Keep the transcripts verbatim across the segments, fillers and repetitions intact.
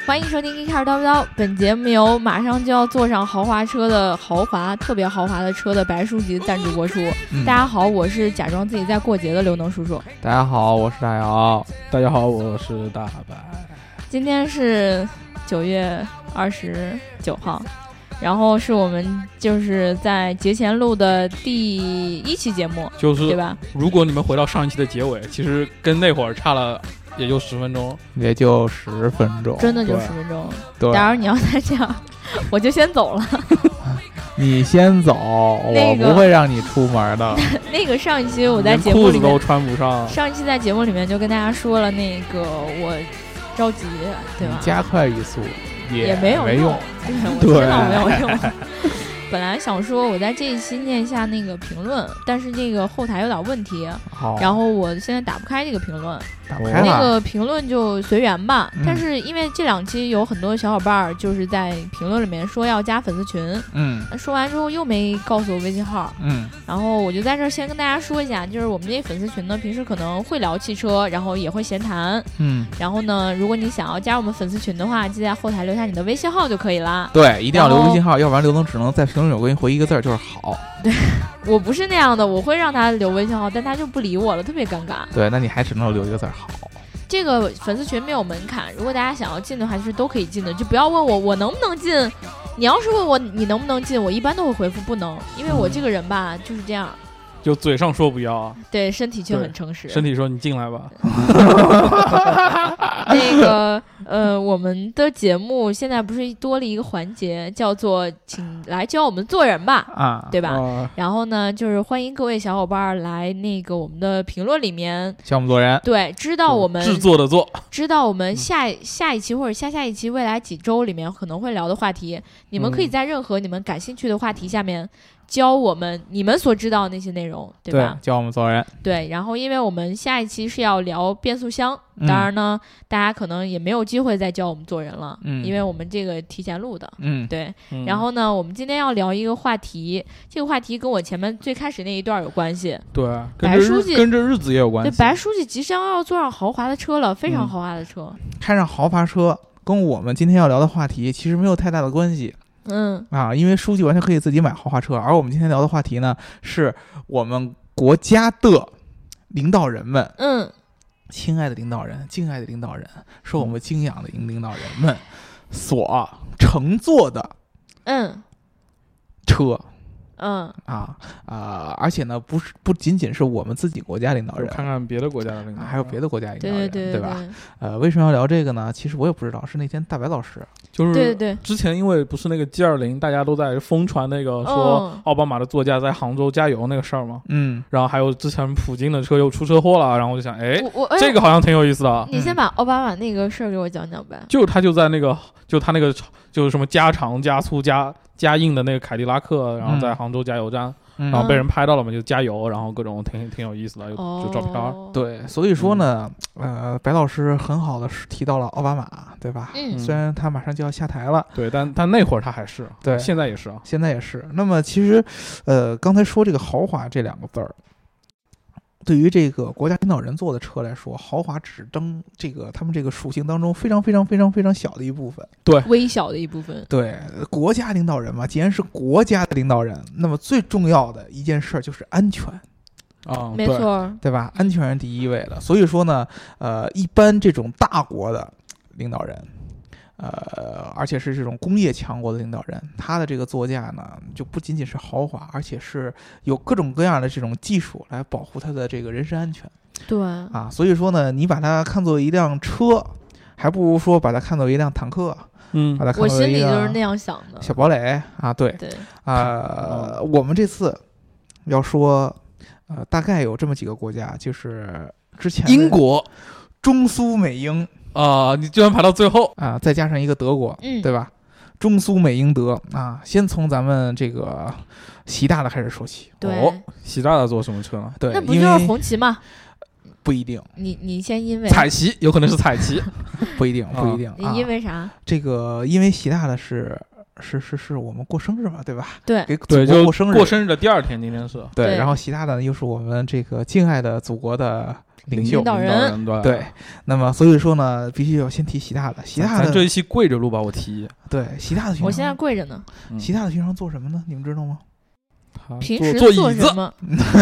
欢迎收听一开始叨不叨，本节目由马上就要坐上豪华车的豪华特别豪华的车的白书记赞助播出、嗯、大家好，我是假装自己在过节的刘能叔叔。 大家好，我是大姚。 大家好，我是大白。 今天是九月二十九号，然后是我们就是在节前录的第一期节目， 就是对吧？ 如果你们回到上一期的结尾，其实跟那会儿差了也就十分钟， 也就十分钟， 真的就十分钟。 对， 假如你要再这样，我就先走了。 你先走、那个，我不会让你出门的。 那个上一期我在节目里面裤子都穿不上。 上一期在节目里面就跟大家说了，那个我着急，对吧？ 加快语速也, 也没有用， 用对，我知道没有用。本来想说我在这一期念一下那个评论，但是这个后台有点问题，然后我现在打不开这个评论， 打不开了那个评论就随缘吧、 嗯。 但是因为这两期有很多小伙伴就是在评论里面说要加粉丝群， 嗯， 说完之后又没告诉我微信号， 嗯， 然后我就在这儿先跟大家说一下，就是我们这粉丝群呢，平时可能会聊汽车，然后也会闲谈， 嗯， 然后呢，如果你想要加入我们粉丝群的话，记得在后台留下你的微信号就可以啦。 对，一定要留微信号，要不然刘能只能在评论里我给你回一个字，就是好。 对，我不是那样的，我会让他留微信号，但他就不理我了，特别尴尬。 对，那你还只能留一个字好。 这个粉丝群没有门槛，如果大家想要进的话，就是都可以进的，就不要问我我能不能进。你要是问我你能不能进，我一般都会回复不能，因为我这个人吧、嗯、就是这样。 就嘴上说不要， 对，身体却很诚实。 身体说你进来吧。 那个呃，我们的节目现在不是多了一个环节，叫做请来教我们做人吧， 啊， 对吧？ 啊、 然后呢，就是欢迎各位小伙伴来那个我们的评论里面教我们做人， 对，知道我们制作的做， 知道我们下下一期或者下下一期未来几周里面可能会聊的话题，你们可以在任何你们感兴趣的话题下面。教我们你们所知道的那些内容，对吧？ 对，教我们做人。 对，然后因为我们下一期是要聊变速箱，嗯、当然呢，大家可能也没有机会再教我们做人了， 嗯， 因为我们这个提前录的， 嗯， 对。 嗯、 然后呢，我们今天要聊一个话题，这个话题跟我前面最开始那一段有关系。 对， 白书记跟这日子也有关系。 对，白书记即将要坐上豪华的车了，非常豪华的车， 嗯、开上豪华车，跟我们今天要聊的话题其实没有太大的关系。 嗯啊，因为书记完全可以自己买豪华车，而我们今天聊的话题呢，是我们国家的领导人们， 嗯， 亲爱的领导人，敬爱的领导人，是我们敬仰的领导人们所乘坐的， 嗯， 车。 嗯啊啊、呃！而且呢，不是不仅仅是我们自己国家领导人， 看看别的国家的领导人， 还有别的国家领导人， 对对对对对吧？呃，为什么要聊这个呢？其实我也不知道，是那天大白老师， 就是对对对， 之前因为不是那个 G 二零，大家都在疯传那个说奥巴马的座驾在杭州加油那个事儿嘛， 嗯， 然后还有之前普京的车又出车祸了，然后我就想，哎， 我我这个好像挺有意思的。 你先把奥巴马那个事儿给我讲讲呗。 就他就在那个，就他那个就是什么加长、加粗、加加硬的那个凯迪拉克，然后在杭州加油站。 嗯、 然后被人拍到了嘛，就加油，然后各种挺挺有意思的，就、 哦、 就照片。 对，所以说呢，嗯、呃，白老师很好的提到了奥巴马，对吧？ 嗯， 虽然他马上就要下台了， 对，但但那会儿他还是， 对， 现在也是啊， 现在也是。那么其实，呃，刚才说这个豪华这两个字儿，对于这个国家领导人坐的车来说，豪华只是当这个他们这个属性当中非常非常非常非常小的一部分， 对， 微小的一部分。 对，国家领导人嘛，既然是国家的领导人，那么最重要的一件事就是安全。 啊、 没错， 对吧？安全是第一位的。所以说呢，呃，一般这种大国的领导人，呃，而且是这种工业强国的领导人，他的这个座驾呢，就不仅仅是豪华，而且是有各种各样的这种技术来保护他的这个人身安全。 对啊，所以说呢，你把它看作一辆车，还不如说把它看作一辆坦克。 嗯， 把它看作一我心里就是那样想的。 小堡垒啊，对对啊、呃，我们这次要说。呃，大概有这么几个国家，就是之前英国、 中苏美英啊、呃，你居然排到最后啊，再加上一个德国， 嗯， 对吧？中苏美英德啊，先从咱们这个习大的开始说起。 对， 哦，习大大坐什么车呢？ 对， 那不就是红旗吗？ 不一定。 你你先因为彩旗有可能是彩旗， 不一定，不一定。 你因为啥？ 这个因为习大的是是是是我们过生日嘛，对吧？ 对给对，就祖国过生日， 过生日的第二天，今天是对， 对然后习大大呢又是我们这个敬爱的祖国的领袖领导人领导人对对，那么所以说呢，必须要先提习大大。习大大咱这一期跪着录吧，我提议。 对习大大平常， 我现在跪着呢。 嗯习大大平常做什么呢？你们知道吗？ 他平时坐椅子做什，么？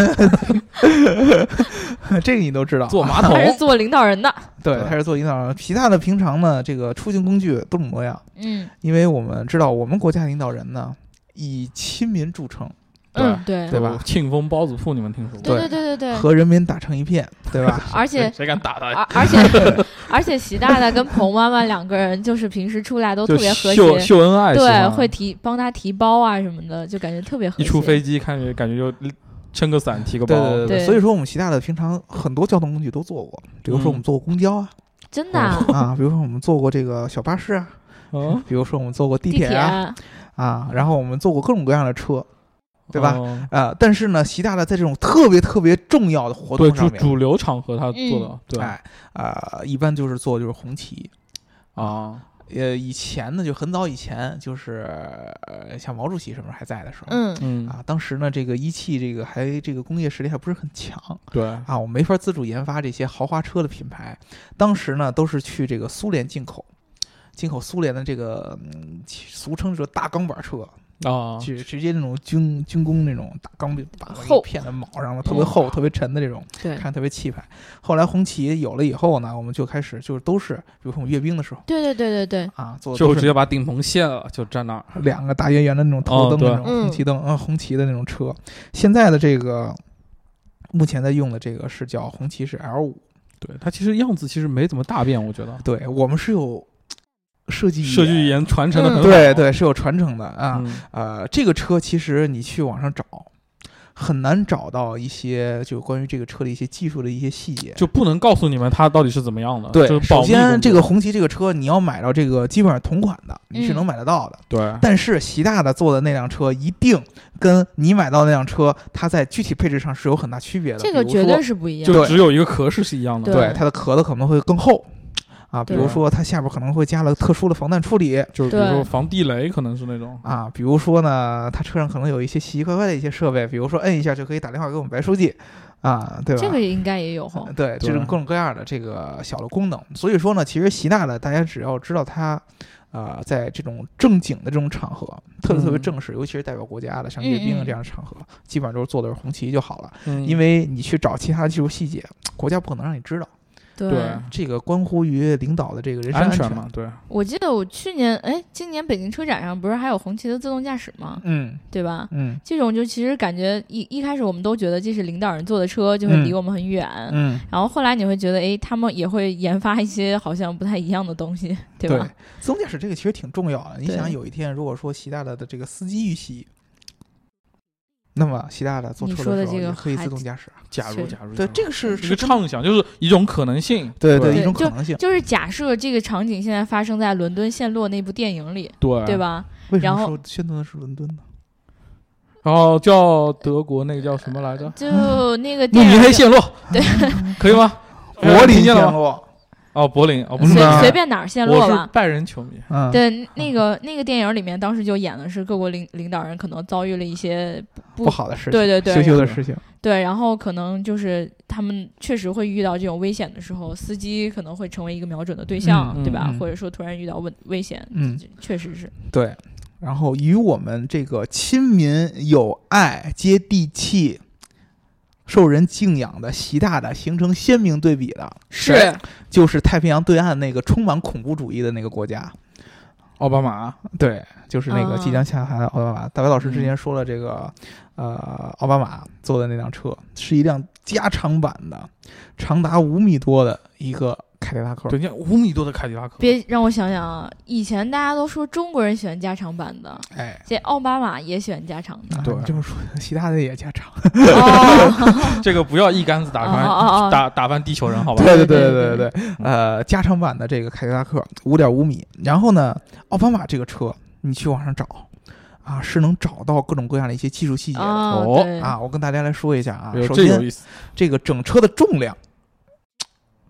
这个你都知道。 坐马桶还是做领导人的？ 对， 对他是做领导人。习大大平常呢，这个出行工具多种多样， 嗯因为我们知道我们国家领导人呢以亲民著称， 嗯，对对吧有庆丰包子铺你们听说过？ 对对对对对。 和人民打成一片，对吧？ 而且谁敢打他？ 而而且而且习大大跟彭妈妈两个人就是平时出来都特就别和秀谐， 秀恩爱， 对，会提帮他提包啊什么的，就感觉特别和谐。 一出飞机，看着感觉就撑个伞，提个包。 对对对， 对所以说我们习大大平常很多交通工具都坐过，比如说我们坐过公交啊， 真的啊啊，比如说我们坐过这个小巴士啊， 嗯， 比如说我们坐过地地铁啊，啊，然后我们坐过各种各样的车，对吧？ 哦啊，但是呢，习大大在这种特别特别重要的活对主动上面， 主流场合他做的，对哎啊、一般就是坐就是红旗。 啊， 呃，以前呢，就很早以前，就是呃，像毛主席什么还在的时候， 嗯嗯啊，当时呢，这个一汽这个还这个工业实力还不是很强对， 啊，我没法自主研发这些豪华车的品牌。当时呢，都是去这个苏联进口，进口苏联的这个、嗯、俗称是大钢板车， 啊， 直直接那种军军工那种大钢板把厚片子铆上了，特别厚、特别沉的这种， 对看特别气派。后来红旗有了以后呢，我们就开始就是都是，比如说我们阅兵的时候对对对对对， 啊，做的就都是直接把顶棚卸了，就站那儿。 两个大圆圆的那种头灯， 哦对那种红旗灯，嗯，红旗的那种车。现在的这个目前在用的这个是叫红旗是 L 五， 对，它其实样子其实没怎么大变，我觉得对我们是有设计设计语言传承的很好。 对对是有传承的啊。 嗯呃，这个车其实你去网上找，很难找到一些就关于这个车的一些技术的一些细节。 就不能告诉你们它到底是怎么样的。 对， 就是保首先密工作这个红旗这个车你要买到这个基本上同款的，你是嗯能买得到的。 对但是习大大做的那辆车一定跟你买到的那辆车，它在具体配置上是有很大区别的。 这个比如说绝对是不一样就的。 只有一个壳是是一样的。 对对它的壳子可能会更厚啊，比对如说它下边可能会加了特殊的防弹处理就是比如说对防地雷，可能是那种。 啊，比如说呢，它车上可能有一些奇奇怪怪的一些设备，比如说摁一下就可以打电话给我们白书记啊，对吧？ 这个应该也有哈。 对，这种各种各样的这个小的功能。所以说呢，其实习大大大家只要知道他，呃，在这种正经的这种场合，特别特别正式，尤其是代表国家的，像阅兵啊嗯嗯这样的场合，基本上都是做的是红旗就好了。 嗯因为你去找其他的技术细节，国家不可能让你知道， 对对这个关乎于领导的这个人身安全全嘛，对。 我记得我去年哎，今年北京车展上不是还有红旗的自动驾驶吗？ 嗯对吧？ 嗯这种就其实感觉一一开始我们都觉得这是领导人坐的车，就会离我们很远。 嗯， 然后后来你会觉得，哎，他们也会研发一些好像不太一样的东西，对吧？ 自动驾驶这个其实挺重要的。你对想，有一天如果说习大大的这个司机遇袭，那么习大大坐车你说的时候这个也可以还自动驾驶啊。 是假如假如对， 假如这个是一个畅想，就是一种可能性。对对一种就可能性。 就是假设这个场景现在发生在伦敦陷落那部电影里， 对对？吧？ 为什么然后说宣传的是伦敦呢？ 然后叫德国那个叫什么来着？ 就那个慕尼电影就黑陷落， 对， 可以吗？ 柏林听见了吗？ 陷落。 哦，柏林哦，不是随嗯啊随便哪儿陷落吧。 我是拜仁球迷。 嗯， 对，那个那个电影里面，当时就演的是各国领领导人可能遭遇了一些不不好的事情， 对对对羞羞的事情。 对，然后可能就是他们确实会遇到这种危险的时候，司机可能会成为一个瞄准的对象， 嗯对吧？ 嗯或者说突然遇到危危险， 嗯， 确实是。 对。然后与我们这个亲民、有爱、接地气、受人敬仰的习大大形成鲜明对比的， 是就是太平洋对岸那个充满恐怖主义的那个国家。 奥巴马， 对，就是那个啊即将下海的奥巴马。大白老师之前说了，这个、呃，奥巴马坐的那辆车是一辆加长版的，长达五米多的一个凯迪拉克。 对，你看五米多的凯迪拉克， 别让我想想啊，以前大家都说中国人喜欢加长版的， 哎， 这奥巴马也喜欢加长的。 啊对你这么说，习大大也加长。 哦， 这个不要一竿子打穿， 哦哦哦打打翻地球人，好吧？ 对对对对对对，呃，加长版的这个凯迪拉克五点五米。然后呢，奥巴马这个车，你去网上找啊，是能找到各种各样的一些技术细节的。 哦， 哦对啊，我跟大家来说一下啊哎。呦首先， 这有意思。 这个整车的重量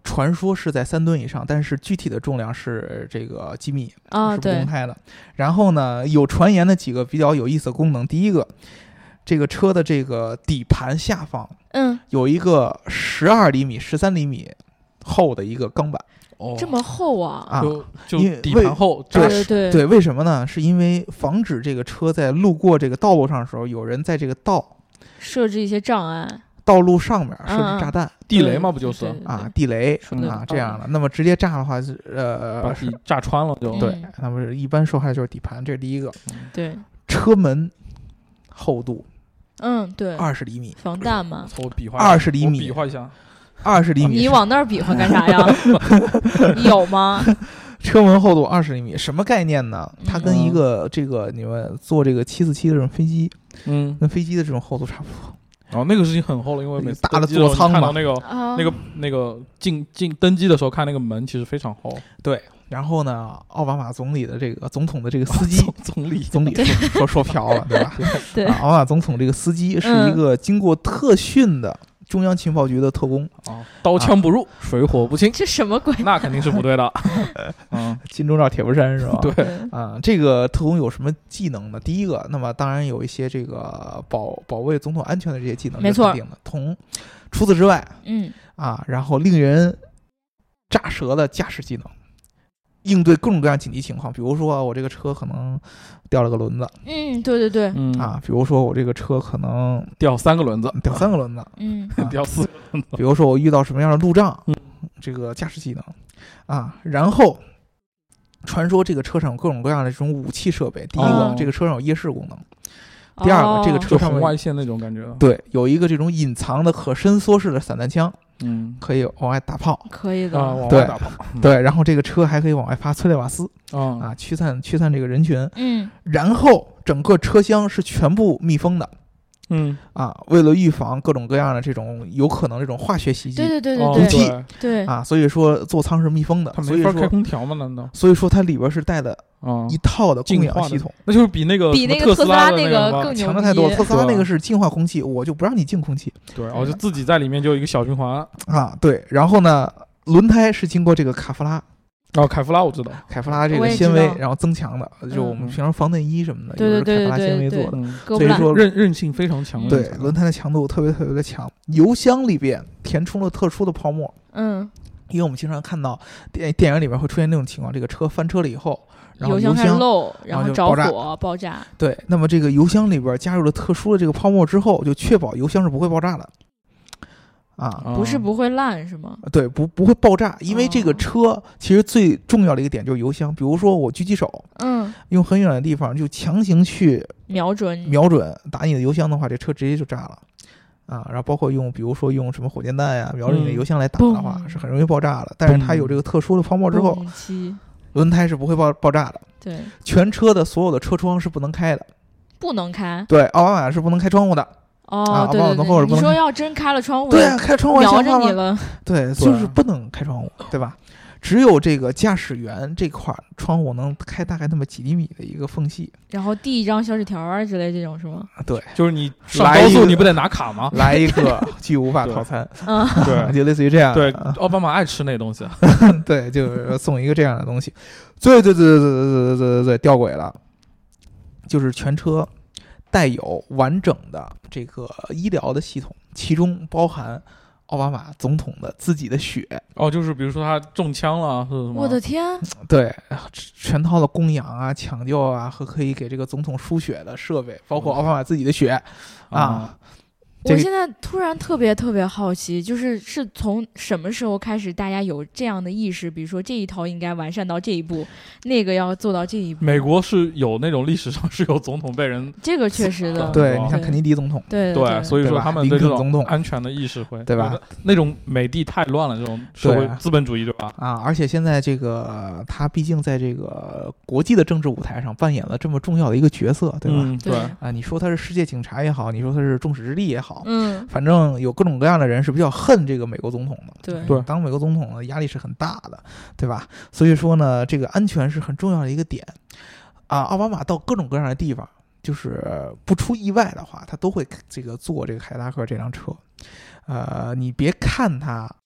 传说是在三吨以上，但是具体的重量是这个机密啊， 是不公对， 开的。然后呢，有传言的几个比较有意思的功能，第一个，这个车的这个底盘下方嗯， 有一个十二厘米、十三厘米厚的一个钢板哦， 这么厚啊？ 啊。 就就因为底盘厚， 对扎实对对对，为什么呢？是因为防止这个车在路过这个道路上的时候，有人在这个道设置一些障碍， 道路上面设嗯置炸弹、 地雷嘛，不就是对对对啊，地雷说得有道啊这样理的。那么直接炸的话， 把呃， 底炸穿了就嗯对，那么一般受害就是底盘，这是第一个。 对， 车门厚度嗯，对， 二十厘米， 防弹嘛。 我比划一下二十厘米我比划一下， 二十厘米你往那儿比划干啥呀？有吗？ 车门厚度二十厘米，什么概念呢？它跟一嗯个这个你们坐这个七四七的这种飞机， 嗯， 跟飞机的这种厚度差不多。 哦，那个事情很厚了，因为每次大的登机时候座舱嘛你看到那个啊， 那个那个进进登机的时候看那个门其实非常厚， 对，然后呢，奥巴马总理的这个总统的这个司机， 总总理总理说说说飘了，对吧？ 对啊，奥巴马总统这个司机是一个经过特训的中央情报局的特工， 啊，刀枪不入，水火不侵， 这什么鬼？ 那肯定是不对的。嗯， 金钟罩铁布衫是吧？ 对， 啊，这个特工有什么技能呢？第一个，那么当然有一些这个保保卫总统安全的这些技能， 没错肯定的。同除此之外嗯， 啊，然后令人炸舌的驾驶技能，应对各种各样紧急情况，比如说我这个车可能掉了个轮子嗯，对对对， 嗯啊，比如说我这个车可能掉三个轮子， 掉三个轮子， 嗯， 啊掉四个， 比如说我遇到什么样的路障， 嗯这个驾驶技能啊，然后传说这个车上有各种各样的这种武器设备。第一个， 哦这个车上有夜视功能；第二个哦这个就车上面红外线那种感觉。 对有一个这种隐藏的可伸缩式的散弹枪， 嗯， 可以往外打炮。 可以啊， 的， 往对外打炮。嗯对，然后这个车还可以往外发催泪瓦斯啊， 啊，驱散驱散这个人群。 嗯， 然后整个车厢是全部密封的嗯， 啊，为了预防各种各样的这种有可能这种化学袭击对对对哦对对对， 对， 啊，所以说座舱是密封的它，没法开所以说空调吗？难道？ 所以说它里边是带的啊， 一套的供净化的氧系统， 那就是比那个比那个什么特斯的特斯拉那个吧个更牛强的太多了。 逼特斯拉那对个是净化空气，我就不让你进空气对，我就自己在里面就有一个小循环。 啊。对，然后呢，轮胎是经过这个卡夫拉， 哦，凯夫拉我知道。 凯夫拉这我也知个纤维道然后增强的，就我们嗯平常防弹衣什么的， 对有的是凯夫拉对对对对纤维做的。 嗯， 割不烂。 所以说韧韧性非常强的。 对，轮胎的强度特别特别的强，油箱里边填充了特殊的泡沫， 嗯， 因为我们经常看到电电影里面会出现那种情况，这个车翻车了以后，然后油油箱箱开始漏， 然然后着后就爆炸火爆炸。 对，那么这个油箱里边加入了特殊的这个泡沫之后，就确保油箱是不会爆炸的。啊， 啊不是不会烂是吗？ 对，不不会爆炸，因为这个哦车其实最重要的一个点就是油箱。比如说我狙击手嗯， 用很远的地方就强行去瞄准你。 瞄准打你的油箱的话，这车直接就炸了。啊，然后包括用，比如说用什么火箭弹呀、瞄准你的嗯油箱来打的话， 嘣是很容易爆炸的。但是它有这个特殊的泡沫之后， 蹦极轮胎是不会爆爆炸的。 对， 全车的所有的车窗是不能开的。 不能开。 对，奥巴马是不能开窗户的。啊哦，对对往后是对，你说不能开要真开了窗户， 对啊，开窗户还瞄像话吗着你了。 对，就是不能开窗户，对吧？只有这个驾驶员这块儿窗户能开大概那么几厘米的一个缝隙。 然后递一张小纸条啊之类这种是吗？ 啊，对， 就是你上来一个高速你不得拿卡吗？ 来一个巨无霸套餐， 嗯， 对就类似于这样。 对， 啊奥巴马爱吃那东西。 对，就是送一个这样的东西。最最最最最最最最最吊诡了，就是全车带有完整的这个医疗的系统，其中包含奥巴马总统的自己的血， 哦，就是比如说他中枪了，或者什么。 我的天， 对，全套的供氧啊、抢救啊和可以给这个总统输血的设备，包括奥巴马自己的血啊。这个我现在突然特别特别好奇，就是是从什么时候开始大家有这样的意识？比如说这一套应该完善到这一步，那个要做到这一步。 美国是有那种历史上是有总统被人这个确实的， 对， 哦你看肯尼迪总统， 对对，所以说对吧他们对这种林肯总统安全的意识会， 对吧？ 那种美帝太乱了，这种社会对啊资本主义，对吧？ 啊，而且现在这个他毕竟在这个国际的政治舞台上扮演了这么重要的一个角色，对吧？ 嗯， 对对， 啊，你说他是世界警察也好，你说他是众矢之的也好， 嗯， 反正有各种各样的人是比较恨这个美国总统的。 对对当美国总统呢，压力是很大的，对吧？所以说呢，这个安全是很重要的一个点啊。奥巴马到各种各样的地方，就是不出意外的话，他都会这个坐这个凯迪拉克这辆车。呃，你别看他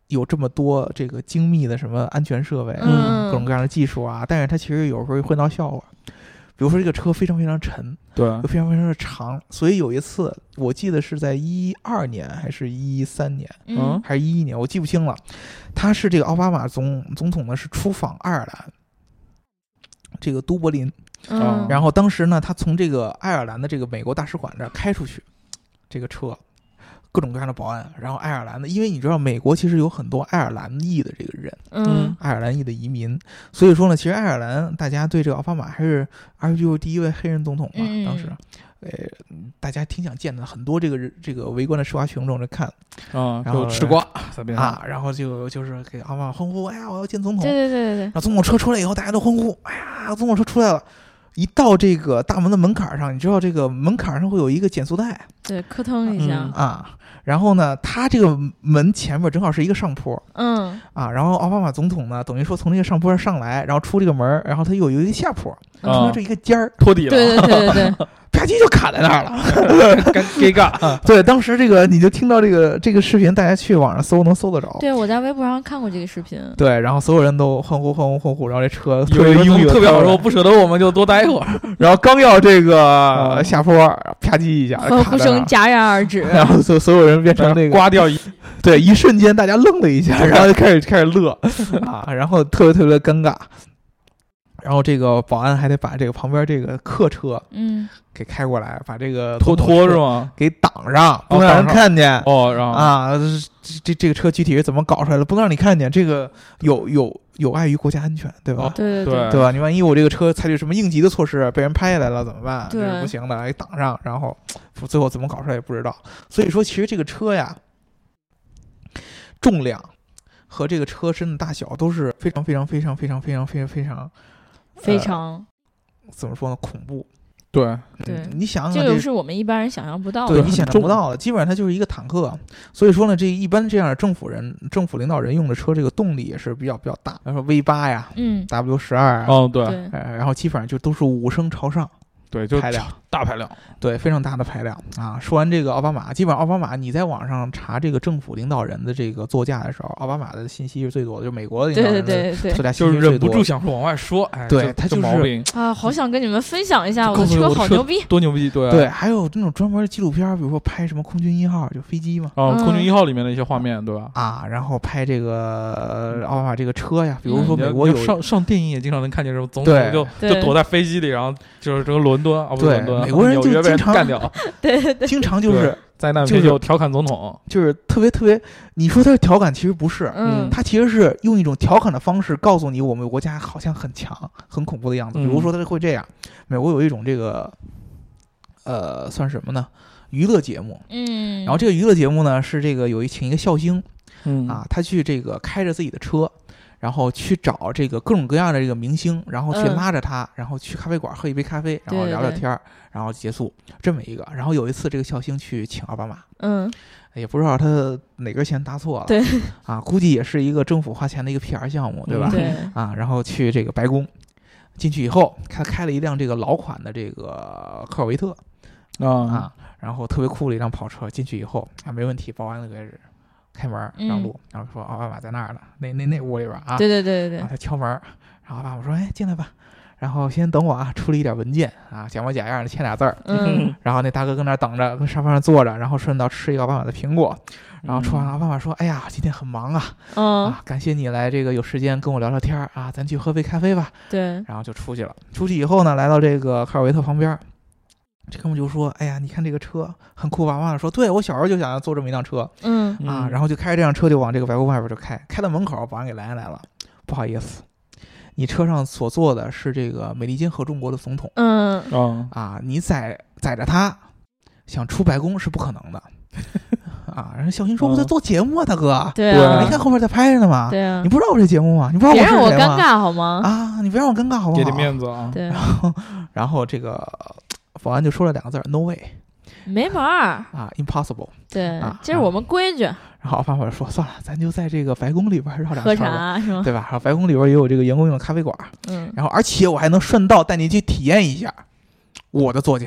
有这么多这个精密的什么安全设备， 嗯各种各样的技术啊，但是它其实有时候会闹笑话。比如说这个车非常非常沉， 对， 又非常非常的长，所以有一次我记得是在一二年还是一三年， 嗯还是一一年，我记不清了。他是这个奥巴马总总统呢是出访爱尔兰，这个都柏林， 嗯， 然后当时呢，他从这个爱尔兰的这个美国大使馆这儿开出去，这个车。各种各样的保安，然后爱尔兰的，因为你知道美国其实有很多爱尔兰裔的这个人， 嗯爱尔兰裔的移民，所以说呢，其实爱尔兰大家对这个奥巴马还是，而且就是第一位黑人总统嘛， 嗯当时，呃，大家挺想见的，很多这个这个围观的吃瓜群众在看啊， 然后就吃瓜在边上啊，然后就就是给奥巴马欢呼，哎呀，我要见总统， 对对对对对然，后总统车出来以后，大家都欢呼，哎呀，总统车出来了。一到这个大门的门槛上，你知道这个门槛上会有一个减速带， 对，磕腾一下， 啊，然后呢，他这个门前面正好是一个上坡嗯啊，然后奥巴马总统呢，等于说从这个上坡上上来，然后出这个门，然后他又有一个下坡，中间这一个尖儿， 托底了， 对对对对对， 啪叽就卡在那儿了， 尴尴尬。 对，当时这个你就听到这个这个视频，大家去网上搜能搜得着。 对我在微博上看过这个视频。 对，然后所有人都欢呼欢呼欢呼，然后这车特有一个别英语， 特别好说，不舍得我们就多待一会儿。 然后刚要这个下坡，啪叽一下， 欢呼声戛然而止， 然后所所有人变成那个刮掉一， 对，一瞬间大家愣了一下，然后就开始开始乐啊，然后特别特别尴尬。然后这个保安还得把这个旁边这个客车嗯给开过来，把这个拖拖是吗？ 给挡上，不能让人看见。 哦，然后啊，这这这个车具体是怎么搞出来的？不能让你看见，这个有有有碍于国家安全，对吧？ 哦对对对吧？你万一我这个车采取什么应急的措施，被人拍下来了怎么办？ 对这是不行的，给挡上，然后最后怎么搞出来也不知道。所以说，其实这个车呀，重量和这个车身的大小都是非常非常非常非常非常非常非常非常、 呃、怎么说呢？恐怖。 对对、 嗯，你想想这个是我们一般人想象不到的， 对你想象不到的，基本上它就是一个坦克。所以说呢，这一般这样的政府人、政府领导人用的车，这个动力也是比较比较大。比如说 V 八呀， 嗯 ，W 十二啊， 哦对， 对呃，然后基本上就都是五升朝上。 对，就排量大排量， 对，非常大的排量啊！说完这个奥巴马，基本上奥巴马你在网上查这个政府领导人的这个座驾的时候，奥巴马的信息是最多的，就是美国的领导人的座驾信息就是忍不住想说往外说，哎， 对他就是毛病啊，好想跟你们分享一下我的车好牛逼， 多牛逼，对对，还有那种专门的纪录片，比如说拍什么空军一号，就飞机嘛， 啊，空军一号里面的一些画面，对吧？ 啊，然后拍这个奥巴马这个车呀，比如说美国有上上电影也经常能看见这种总统就就躲在飞机里，然后就是这个伦敦啊，不是伦敦。 美国人就经常干掉， 对对对， 经常就是灾难片就调侃总统， 就是特别特别。你说他是调侃，其实不是， 嗯， 他其实是用一种调侃的方式告诉你，我们国家好像很强、很恐怖的样子。比如说，他会这样：美国有一种这个，呃，算什么呢？娱乐节目， 嗯， 然后这个娱乐节目呢是这个有一请一个笑星， 嗯啊，他去这个开着自己的车。然后去找这个各种各样的这个明星，然后去拉着他，嗯、然后去咖啡馆喝一杯咖啡，然后聊聊天， 对对对然后结束这么一个。然后有一次，这个笑星去请奥巴马， 嗯， 也不知道他哪根弦搭错了， 对， 啊，估计也是一个政府花钱的一个 P R 项目，对吧？ 嗯、对啊，然后去这个白宫，进去以后，他开了一辆这个老款的这个科尔维特， 啊啊，然后特别酷的一辆跑车，进去以后啊，没问题，保安就开始。开门让路，嗯、然后说奥巴马在那儿呢，那那那屋里边啊， 对对对对对， 然后他敲门，然后奥巴马说：“哎，进来吧。”然后先等我啊，处理一点文件啊，假模假样的签俩字儿。 嗯， 然后那大哥跟那儿等着，跟沙发上坐着，然后顺道吃一个奥巴马的苹果。然后吃完，奥巴马说：“哎呀，今天很忙啊， 嗯、 啊，感谢你来这个有时间跟我聊聊天啊，咱去喝杯咖啡吧。” 对， 然后就出去了。出去以后呢，来到这个科尔维特旁边。这哥们就说：“哎呀，你看这个车很酷吧？”妈妈说：“对，我小时候就想要坐这么一辆车。” 嗯啊，然后就开着这辆车就往这个白宫外边就开，开到门口，保安给拦下来了。不好意思，你车上所坐的是这个美利坚合众国的总统。 嗯啊啊，你载载着他想出白宫是不可能的。啊，然后小新说：“我在做节目啊，大哥。” 对啊， 没看后面在拍着呢吗？ 对啊， 你不知道我这节目吗？你不知道我是谁吗？ 别让我尴尬好吗？ 啊，你别让我尴尬好不好？ 给点面子啊。 对。 然后，然后这个保安就说了两个字 ：“No way。” 没门儿啊 ，impossible。 对， 啊， 这是我们规矩。 然后爸爸说：“算了，咱就在这个白宫里边绕两圈喝茶是吗？ 对吧？然后白宫里边也有这个员工用的咖啡馆， 嗯， 然后而且我还能顺道带你去体验一下我的座驾。”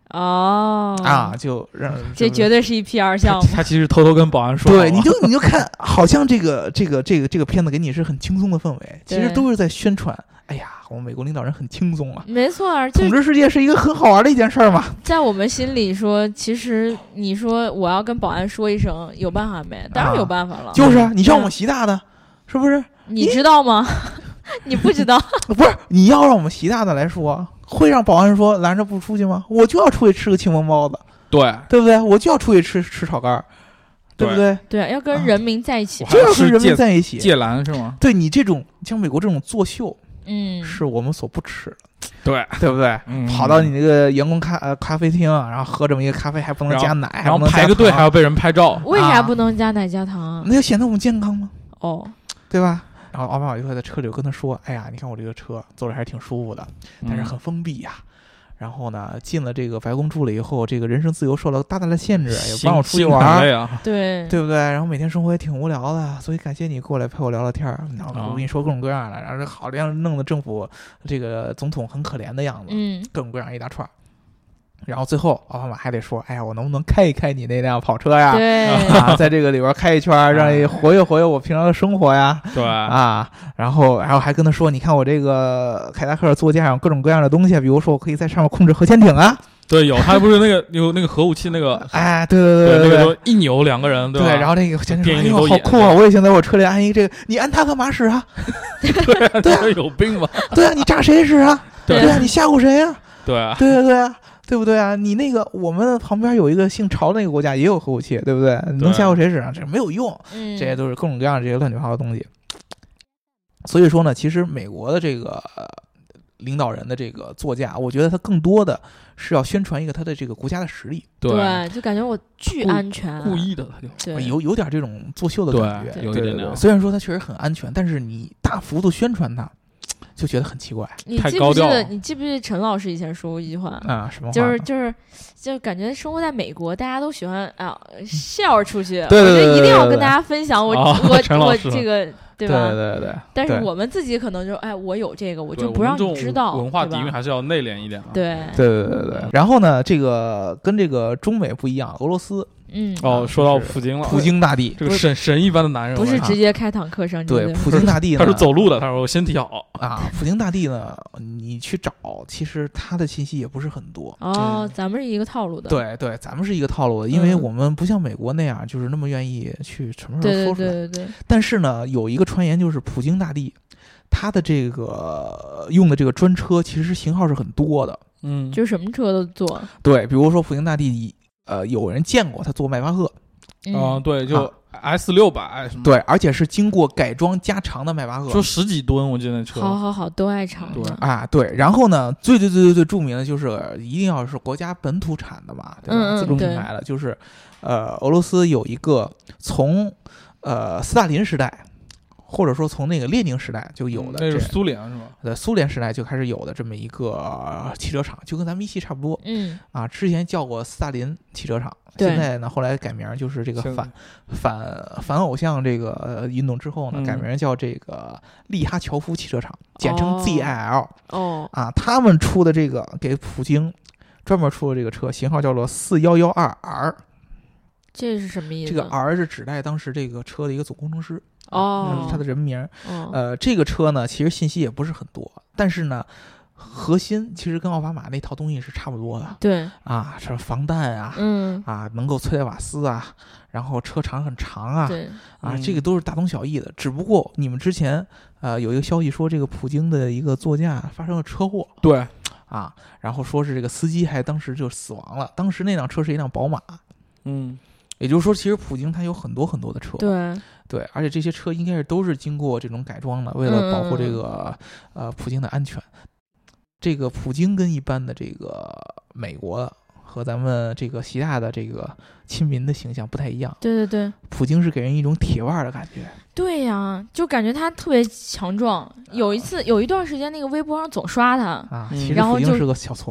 哦啊，就让这绝对是一 P R 项目。 他其实偷偷跟保安说， 对，你就你就看，好像这个这个这个这个片子给你是很轻松的氛围，其实都是在宣传。哎呀，我们美国领导人很轻松啊， 没错， 统治世界是一个很好玩的一件事儿嘛。 在我们心里说，其实你说我要跟保安说一声，有办法没？当然有办法了。 啊、就是啊，你像我们习大的，是不是？ 你知道吗？你不知道？ 不是，你要让我们习大的来说，会让保安说拦着不出去吗？我就要出去吃个清风包子， 对对不对？我就要出去吃吃炒肝，对不对？ 对，要跟人民在一起， 啊、就要跟人民在一起。 芥蓝是吗？ 对你这种像美国这种作秀。 嗯， 是我们所不耻的， 对对不对？ 嗯、 跑到你那个员工咖呃咖啡厅，然后喝这么一个咖啡还不能加奶， 然后排个队还要被人拍照， 为啥不能加奶加糖啊？ 那就显得我们健康吗？ 哦， 对吧？然后奥巴马就会在车里就跟他说：“哎呀，你看我这个车坐着还是挺舒服的，但是很封闭呀、啊。嗯”然后呢，进了这个白宫住了以后，这个人身自由受到大大的限制，也不让我出去玩， 啊、 对对不对？然后每天生活也挺无聊的，所以感谢你过来陪我聊聊天儿。然后我跟你说各种各样的，然后好这样弄得政府这个总统很可怜的样子， 嗯， 各种各样一大串。然后最后奥巴马还得说：“哎呀，我能不能开一开你那辆跑车呀？ 对啊，在这个里边开一圈，让你活跃活跃我平常的生活呀。” 对啊，然后然后还跟他说：“你看我这个凯迪拉克座驾上各种各样的东西，比如说我可以在上面控制核潜艇啊。” 对，有他不是那个有那个核武器那个， 哎，对对对对，那个一扭两个人，对吧？ 对，然后那个潜艇说：“哎呦， 好酷啊！我也想在我车里安一个这个，你安它干嘛使啊？ 对啊，对啊，有病吧？ 对啊，你炸谁使啊？ 对啊，你吓唬谁啊？ 对啊， 对对对啊。”对不对啊？你那个我们旁边有一个姓曹的那个国家也有核武器，对不对？你能吓唬谁使啊？这没有用， 嗯、 这些都是各种各样的这些乱七八糟的东西。所以说呢，其实美国的这个、呃、领导人的这个座驾，我觉得他更多的是要宣传一个他的这个国家的实力。 对， 对就感觉我巨安全、啊， 故意的，他就有有点这种作秀的感觉。 对，有一点点。 虽然说他确实很安全，但是你大幅度宣传它。就觉得很奇怪， 你记不记得？你记不记得陈老师以前说过一句话啊？什么话？ 就是就是，就感觉生活在美国，大家都喜欢啊 share 出去， 对对对， 我觉得一定要跟大家分享我、 哦、 我我这个，对吧？ 对对对。 但是我们自己可能就哎，我有这个，我就不让你知道。 文化底蕴还是要内敛一点、啊。 对对对对对。然后呢，这个跟这个中美不一样，俄罗斯。 嗯哦，说到普京了， 普京大帝， 这个神神一般的男人， 不是直接开坦克上去。 对，普京大帝呢， 他是走路的，他说我身体好啊。普京大帝呢，你去找，其实他的信息也不是很多。 哦，嗯、咱们是一个套路的。 对对，咱们是一个套路的，因为我们不像美国那样，就是那么愿意去什么时候说出来。 对对对对。 但是呢，有一个传言就是普京大帝，他的这个用的这个专车其实型号是很多的。 嗯， 就什么车都坐。 对，比如说普京大帝，呃，有人见过他坐迈巴赫。 嗯、呃，对，就 S 六百， 对，而且是经过改装加长的迈巴赫， 说十几吨，我记得那车。 好好好，都爱长。 对啊，对。然后呢，最最最最最著名的就是一定要是国家本土产的嘛，对吧？ 嗯、 自主品牌的，就是呃，俄罗斯有一个从呃斯大林时代，或者说从那个列宁时代就有的， 嗯、那是苏联是吧？ 在苏联时代就开始有的这么一个、呃、汽车厂，就跟咱们一汽差不多。 嗯啊，之前叫过斯大林汽车厂。现在呢，后来改名就是这个反反反偶像这个、呃、运动之后呢，改名叫这个利哈乔夫汽车厂，简称 Z I L。 哦， 啊，他们出的这个给普京专门出的这个车，型号叫做四一一二 R。 这是什么意思？ 这个 R 是指代当时这个车的一个总工程师。 哦， 那是他的人名。 哦、 呃，这个车呢，其实信息也不是很多，但是呢。核心其实跟奥巴马那套东西是差不多的， 对啊，什么防弹啊， 嗯啊，能够催泪瓦斯啊，然后车长很长啊， 对啊， 嗯、 这个都是大同小异的。只不过你们之前呃有一个消息说，这个普京的一个座驾发生了车祸， 对， 啊，然后说是这个司机还当时就死亡了。当时那辆车是一辆宝马， 嗯， 也就是说，其实普京他有很多很多的车， 对对，而且这些车应该是都是经过这种改装的，为了保护这个、嗯、呃普京的安全。这个普京跟一般的这个美国和咱们这个习大的这个亲民的形象不太一样。 对对对， 普京是给人一种铁腕的感觉。 对呀，就感觉他特别强壮。有一次有一段时间，那个微博上总刷他啊，其实普京是个小矬子。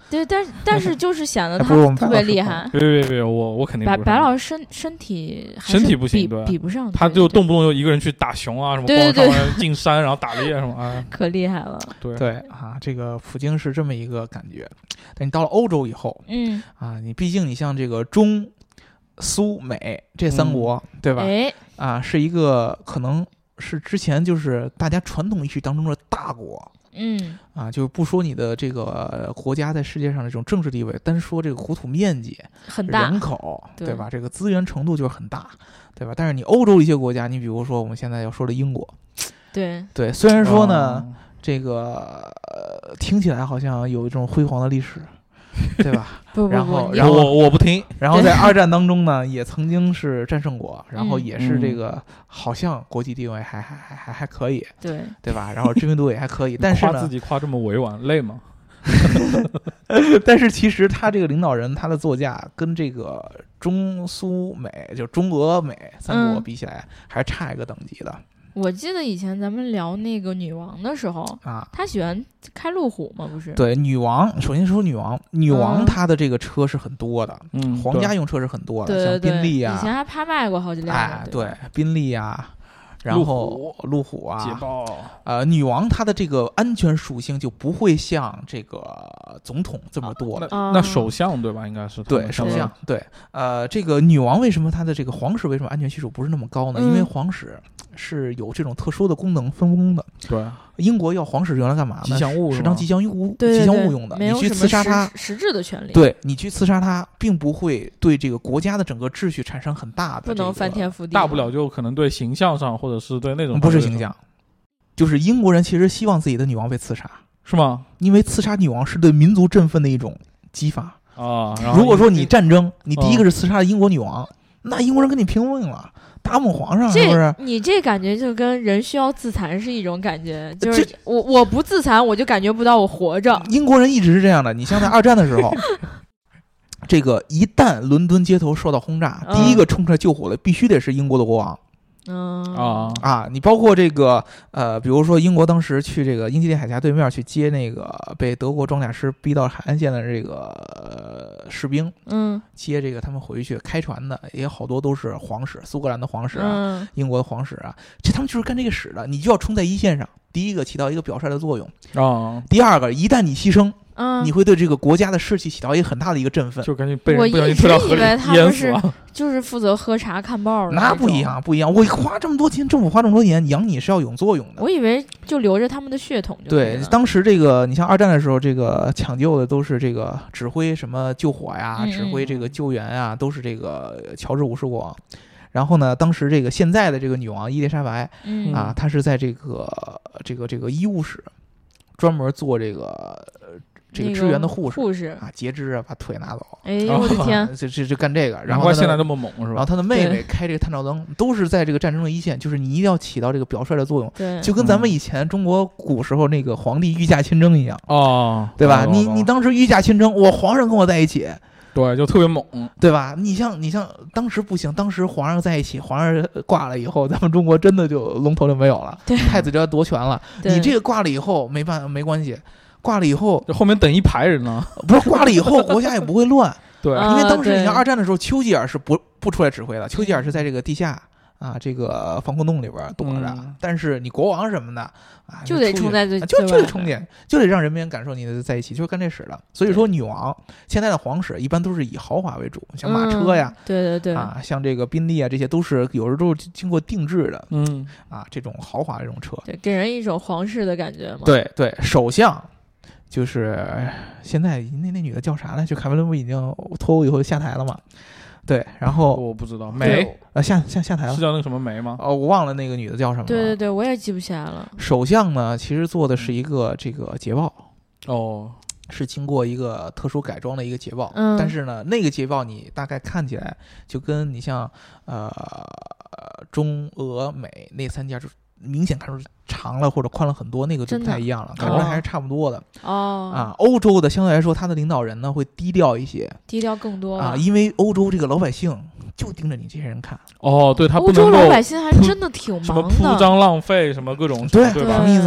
对，但是但是就是显得还不如我们他特别厉害。 别别别，我我肯定白白不是老师身身体还身体是比不行对比不上， 他对对就动不动就一个人去打熊啊，什么对对对逛上进山然后打猎什么啊， 可厉害了。 对对啊，这个普京是这么一个感觉。但你到了欧洲以后嗯， 啊，你毕竟你像这个中苏美这三国， 嗯、 对吧？ 哎， 啊，是一个可能是之前就是大家传统意识当中的大国。 嗯啊，就不说你的这个国家在世界上的这种政治地位，单说这个国土面积、 很大人口， 对对吧？这个资源程度就是很大，对吧？但是你欧洲一些国家，你比如说我们现在要说的英国， 对对，虽然说呢， 哦、 这个、呃、听起来好像有一种辉煌的历史，对吧？ 不不不， 然后， 你然后我我不听， 然后在二战当中呢，也曾经是战胜国，然后嗯也是这个好像国际地位还还还还还可以， 对对吧？然后知名度也还可以，但是呢， 夸自己夸这么委婉，累吗？ 但是其实他这个领导人，他的座驾跟这个中苏美就中俄美三国嗯比起来，还是差一个等级的。 我记得以前咱们聊那个女王的时候， 啊， 她喜欢开路虎嘛，不是？ 对，女王，首先说女王，女王嗯她的这个车是很多的， 嗯， 皇家用车是很多的， 对对像宾利呀、 以前还拍卖过好几辆呢。 哎， 对对，宾利呀、然后路虎啊， 捷豹， 呃，女王她的这个安全属性就不会像这个总统这么多的。 啊那首相对吧？应该是他们对， 的首相对，呃，这个女王为什么她的这个皇室为什么安全系数不是那么高呢？ 嗯因为皇室是有这种特殊的功能分工的。 对， 英国要皇室用来干嘛呢？ 吉祥物是吗是当吉祥物、 对对吉祥对物用的。你去没有什么刺杀它， 实实质的权利， 对你去刺杀它，并不会对这个国家的整个秩序产生很大的、这个， 不能翻天覆地， 大不了就可能对形象上，或者是对那种不是形象，就是英国人其实希望自己的女王被刺杀， 是吗？ 因为刺杀女王是对民族振奋的一种激发。 啊，然后如果说你战争，你第一个嗯是刺杀了英国女王，那英国人跟你拼命了，打我们皇上，是不这是？ 你这感觉就跟人需要自残是一种感觉，就是我我不自残，我就感觉不到我活着。 英国人一直是这样的。你像在二战的时候，这个一旦伦敦街头受到轰炸， 嗯第一个冲出来救火的必须得是英国的国王。 嗯啊啊，你包括这个呃，比如说英国当时去这个英吉利海峡对面去接那个被德国装甲师逼到海岸线的这个、呃、士兵， 嗯接这个他们回去开船的，也好多都是皇室，苏格兰的皇室啊， 嗯英国的皇室啊，这他们就是干这个使的。你就要冲在一线上，第一个起到一个表率的作用， 啊， 第二个一旦你牺牲， 嗯， 你会对这个国家的士气起到一个很大的一个振奋。 就赶紧被我人不小一心推到河里直以为他们是淹死了。 就是负责喝茶看报的种那不一。样，不一样。我花这么多钱，政府花这么多钱养你是要有作用的。 我以为就留着他们的血统就可以对， 了当时这个，你像二战的时候，这个抢救的都是这个指挥什么救火呀， 嗯嗯指挥这个救援呀，都是这个乔治五世国王。然后呢，当时这个现在的这个女王伊丽莎白嗯啊，她是在这个这个这个医务室专门做这个呃这个那支援的护士护士， 啊，截肢啊，把腿拿走， 哎呦我的天， 就就就干这个。然难怪后她的现在这么猛，是吧？ 然后他的妹妹对开这个探照灯，都是在这个战争的一线，就是你一定要起到这个表率的作用， 对， 就跟咱们以前中国古时候那个皇帝御驾亲征一样， 哦， 对吧？你懂了懂了你当时御驾亲征，我皇上跟我在一起， 对，就特别猛。 对吧？你像你像当时不行，当时皇上在一起，皇上挂了以后，咱们中国真的就龙头就没有了， 对太子就要夺权了。 对你这个挂了以后没办没关系，挂了以后就后面等一排人呢。 不是挂了以后国家也不会乱， 对， 啊因为当时对你看二战的时候，丘吉尔是不不出来指挥的，丘吉尔是在这个地下啊这个防空洞里边躲着， 嗯但是你国王什么的啊就得出去冲在最啊就就最外面得冲点，就得让人民感受你的在一起，就是干这使的。所以说，女王现在的皇室一般都是以豪华为主，像马车呀。 嗯对对对啊，像这个宾利啊，这些都是有时候都是经过定制的嗯， 啊，这种豪华这种车。 对，给人一种皇室的感觉嘛。 对对，首相就是现在那那女的叫啥来？就凯文不已经脱欧以后下台了嘛？对，然后我不知道梅对呃下下下台了是。叫那个什么梅吗？ 哦，我忘了那个女的叫什么了。 对对对，我也记不起来了。 首相呢，其实做的是一个这个捷豹， 哦， 是经过一个特殊改装的一个捷豹。 嗯但是呢，那个捷豹你大概看起来就跟你像呃中俄美那三家就明显看出长了或者宽了很多，那个就不真的太一样了，感觉还是差不多的。 哦啊，欧洲的相对来说，他的领导人呢会低调一些低调更多啊， 了。 因为欧洲这个老百姓就盯着你这些人看。 哦，对他欧洲不能够老百姓还真的挺什么忙铺的。 张浪费，什么各种对， 对吧什？么意思吗？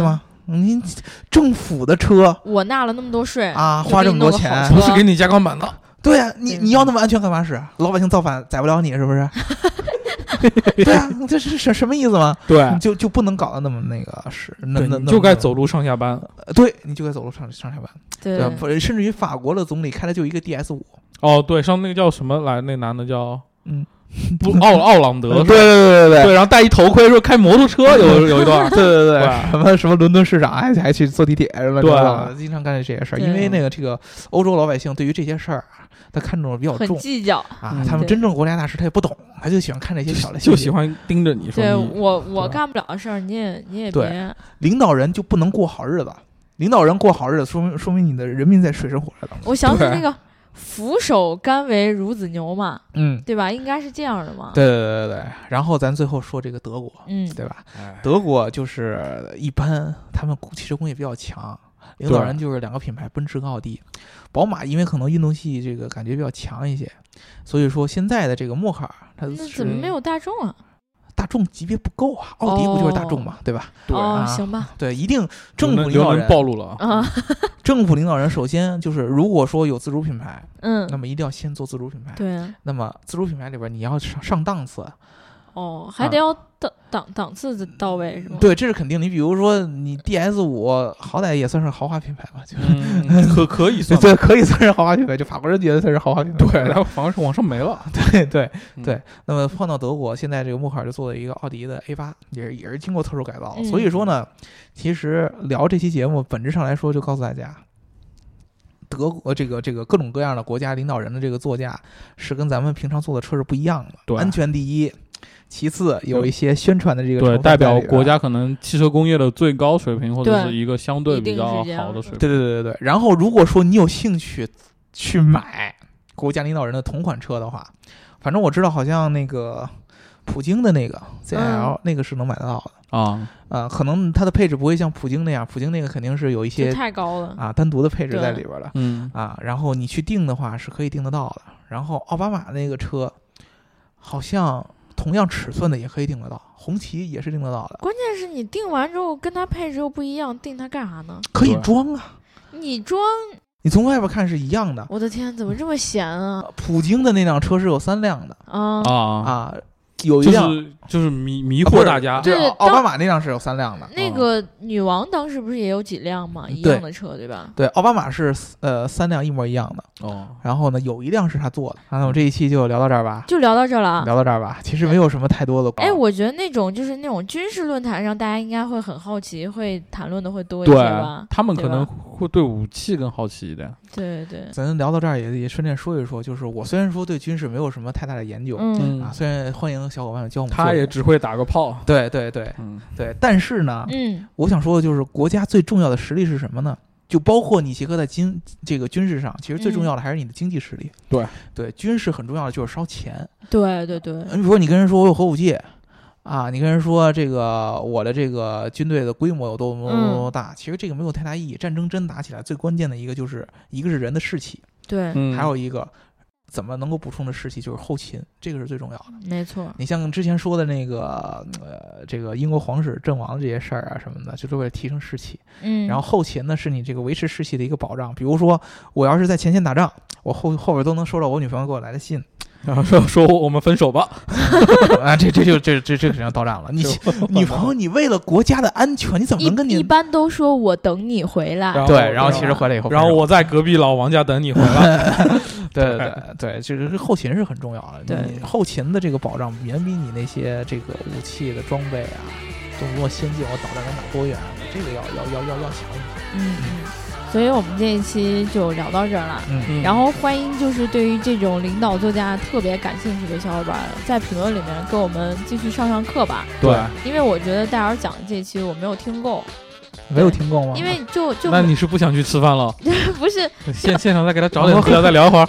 您政府的车我纳了那么多税啊，花这么多钱， 不是给你加钢板的。 对啊，你你要那么安全干嘛使？老百姓造反宰不了你是不是？对啊，这是什什么意思吗？ 对， 就就不能搞得那么那个是，那那就该走路上下班。 对，你就该走路上上下班。 对， 对，甚至于法国的总理开的就一个 D S 五。 哦，对，上那个叫什么来？那男的叫嗯。 不，奥奥朗德， 对对对对对，然后戴一头盔，说开摩托车，有有一段， 对对对，什么什么伦敦市长还还去坐地铁什么， 对， 经常干这些事儿，因为那个这个欧洲老百姓对于这些事儿他看重的比较重， 很计较啊，他们真正国家大事他也不懂，他就喜欢看这些小的， 就喜欢盯着你说。 对我我干不了的事儿，你也你也别。 领导人就不能过好日子，领导人过好日子，说明说明你的人民在水深火热当中。 我想起那个。俯首甘为孺子牛嘛， 嗯， 对吧？应该是这样的嘛。 对对对对对。然后咱最后说这个德国， 嗯， 对吧？德国就是一般他们汽车工业比较强，领导人就是两个品牌，奔驰跟奥迪。宝马因为可能运动系这个感觉比较强一些，所以说现在的这个默克尔，它那怎么没有大众啊？ 大众级别不够啊，奥迪不就是大众嘛， 哦、 对吧？ 对、 啊， 行吧。 对，一定政府领导人暴露了啊！ 政府领导人首先就是，如果说有自主品牌， 嗯， 那么一定要先做自主品牌。 对。 那么自主品牌里边你要上上档次。 哦，还得要档档档次到位是吗？ 对，这是肯定。你比如说，你 D S 五好歹也算是豪华品牌吧，就、 嗯、可可以算， 对，可以算是豪华品牌，就法国人觉得算是豪华品牌。 对，然后反而是往上没了。 对对对、 嗯。 那么换到德国，现在这个默克尔就做了一个奥迪的 A 八，也是也是经过特殊改造、 嗯。 所以说呢，其实聊这期节目本质上来说，就告诉大家。德国这个这个各种各样的国家领导人的这个座驾是跟咱们平常坐的车是不一样的。 对， 安全第一，其次有一些宣传的这个对，代表国家可能汽车工业的最高水平，或者是一个相对比较好的水平。 对对对对对。然后如果说你有兴趣去买国家领导人的同款车的话，反正我知道好像那个普京的那个 Z L、嗯、那个是能买得到的。 啊啊、呃，可能它的配置不会像普京那样，普京那个肯定是有一些太高了啊，单独的配置在里边的， 嗯啊，然后你去订的话是可以订得到的。然后奥巴马那个车，好像同样尺寸的也可以订得到，红旗也是订得到的。 关键是你订完之后跟它配置又不一样，订它干啥呢？ 可以装啊， 你装， 你从外边看是一样的。 我的天，怎么这么闲啊？ 普京的那辆车是有三辆的啊啊啊。有一辆、 就是、就是迷迷惑大家， 这奥巴马那辆是有三辆的。 那个女王当时不是也有几辆吗？一样的车，对吧？ 对，奥巴马是呃三辆一模一样的。 哦， 然后呢，有一辆是他做的。那我这一期就聊到这儿吧。 就聊到这儿了。 聊到这儿吧。其实没有什么太多的。 哎，我觉得那种就是那种军事论坛上，大家应该会很好奇，会谈论的会多一些吧？ 他们可能会对武器更好奇一点。 对对。 咱聊到这儿也也顺便说一说，就是我虽然说对军事没有什么太大的研究， 嗯啊，虽然欢迎小伙伴们教我们， 他也只会打个炮。 对对对， 嗯对，但是呢， 嗯， 我想说的就是国家最重要的实力是什么呢？就包括你结合在经这个军事上，其实最重要的还是你的经济实力。 嗯、对对，军事很重要的就是烧钱。 对对对。 你比如说，你跟人说我有核武器啊，你跟人说这个我的这个军队的规模有多么多么大，嗯、其实这个没有太大意义。战争真打起来，最关键的一个就是一个是人的士气， 对， 嗯、 还有一个。怎么能够补充的士气就是后勤，这个是最重要的。 没错， 你像之前说的那个呃，这个英国皇室阵亡的这些事儿啊什么的，就是为了提升士气。 嗯， 然后后勤呢是你这个维持士气的一个保障。比如说我要是在前线打仗，我后后边都能收到我女朋友给我来的信， 然后说说我们分手吧。 啊，这这就这这这肯定要到账了。你女朋友，你为了国家的安全，你怎么能跟你一般都说我等你回来？ 对，然后其实回来以后， 然后我在隔壁老王家等你回来。 对对对对，这个后勤是很重要的。 对， 后勤的这个保障远比你那些这个武器的装备啊，多么多先进，我导弹能打多远，这个要要要要要强一些。 嗯嗯。所以我们这一期就聊到这儿了。 嗯。 然后欢迎就是对于这种领导座驾特别感兴趣的小伙伴，在评论里面跟我们继续上上课吧。 对。 因为我觉得戴尔讲的这一期我没有听够。 没有听够吗？ 因为就就那你是不想去吃饭了？ 不是， 现现场再给他找点资料，再聊一会儿。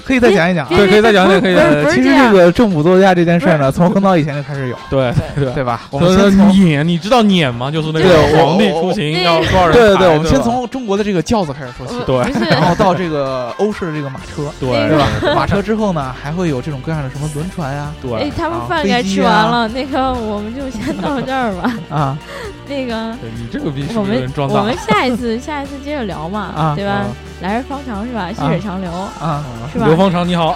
可以再讲一讲啊。 对，可以再讲讲，可以讲讲。 呃，其实这个政府作家这件事呢，从很早以前就开始有， 对对对吧？我们先从撵，你知道撵吗？就是那个皇帝出行要多少人？ 对对对，我们先从中国的这个轿子开始说起， 对， 然后到这个欧式的这个马车， 对对吧？马车之后呢，还会有这种各样的什么轮船呀， 对。 哎，他们饭该吃完了，那个我们就先到这儿吧。 啊， 那个你这个逼是我们装大。 我们下一次下一次接着聊嘛， 啊， 对吧？来日方长是吧？细水长流啊， 是吧？ 刘方长你好。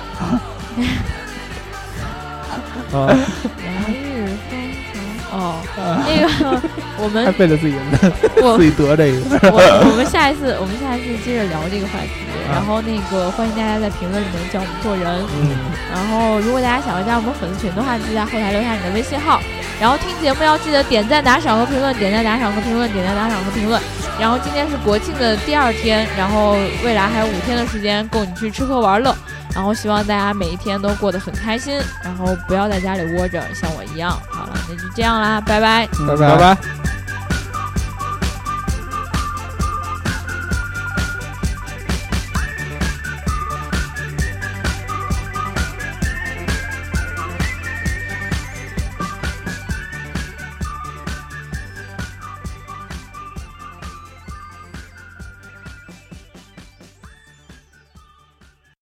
啊，来日方长哦，那个我们还背着自己的我自己得这个。 我我们下一次我们下一次接着聊这个话题，然后那个欢迎大家在评论里面教我们做人。 嗯， 然后如果大家想要加入我们粉丝群的话，记得在后台留下你的微信号。然后听节目要记得点赞、打赏和评论，点赞、打赏和评论，点赞、打赏和评论。然后今天是国庆的第二天，然后未来还有五天的时间够你去吃喝玩乐。然后希望大家每一天都过得很开心，然后不要在家里窝着，像我一样。好了，那就这样啦，拜拜， 拜拜拜。